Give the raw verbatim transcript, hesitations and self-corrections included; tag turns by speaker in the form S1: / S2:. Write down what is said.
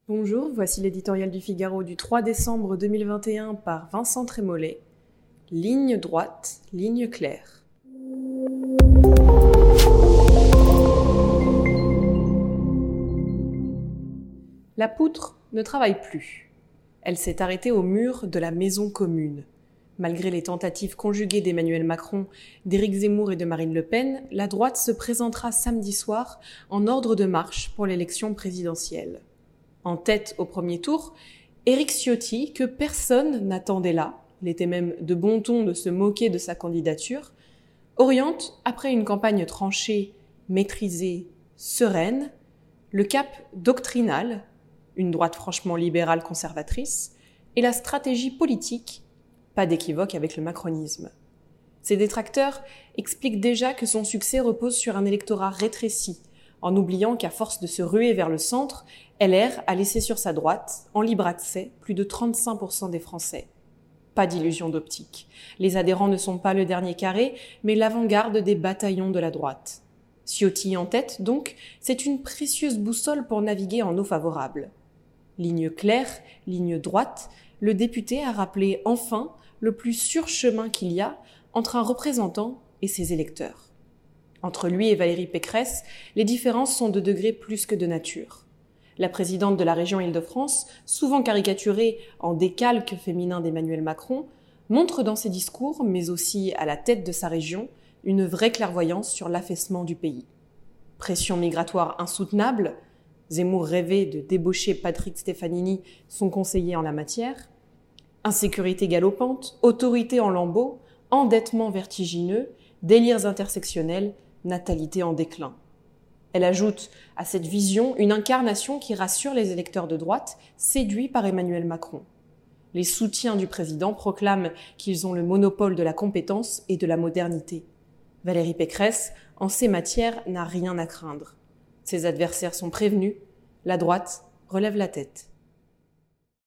S1: Bonjour, voici l'éditorial du Figaro du trois décembre deux mille vingt et un par Vincent Trémollet. Ligne droite, ligne claire. La poutre ne travaille plus. Elle s'est arrêtée au mur de la maison commune. Malgré les tentatives conjuguées d'Emmanuel Macron, d'Éric Zemmour et de Marine Le Pen, la droite se présentera samedi soir en ordre de marche pour l'élection présidentielle. En tête au premier tour, Éric Ciotti, que personne n'attendait là, il était même de bon ton de se moquer de sa candidature, oriente, après une campagne tranchée, maîtrisée, sereine, le cap doctrinal, une droite franchement libérale conservatrice, et la stratégie politique, pas d'équivoque avec le macronisme. Ses détracteurs expliquent déjà que son succès repose sur un électorat rétréci, en oubliant qu'à force de se ruer vers le centre, L R a laissé sur sa droite, en libre accès, plus de trente-cinq pour cent des Français. Pas d'illusion d'optique. Les adhérents ne sont pas le dernier carré, mais l'avant-garde des bataillons de la droite. Ciotti en tête, donc, c'est une précieuse boussole pour naviguer en eau favorable. Ligne claire, ligne droite, le député a rappelé enfin le plus sûr chemin qu'il y a entre un représentant et ses électeurs. Entre lui et Valérie Pécresse, les différences sont de degré plus que de nature. La présidente de la région Île-de-France, souvent caricaturée en décalque féminin d'Emmanuel Macron, montre dans ses discours, mais aussi à la tête de sa région, une vraie clairvoyance sur l'affaissement du pays. Pression migratoire insoutenable, Zemmour rêvait de débaucher Patrick Stefanini, son conseiller en la matière, insécurité galopante, autorité en lambeaux, endettement vertigineux, délires intersectionnels, natalité en déclin. Elle ajoute à cette vision une incarnation qui rassure les électeurs de droite, séduits par Emmanuel Macron. Les soutiens du président proclament qu'ils ont le monopole de la compétence et de la modernité. Valérie Pécresse, en ces matières, n'a rien à craindre. Ses adversaires sont prévenus, la droite relève la tête.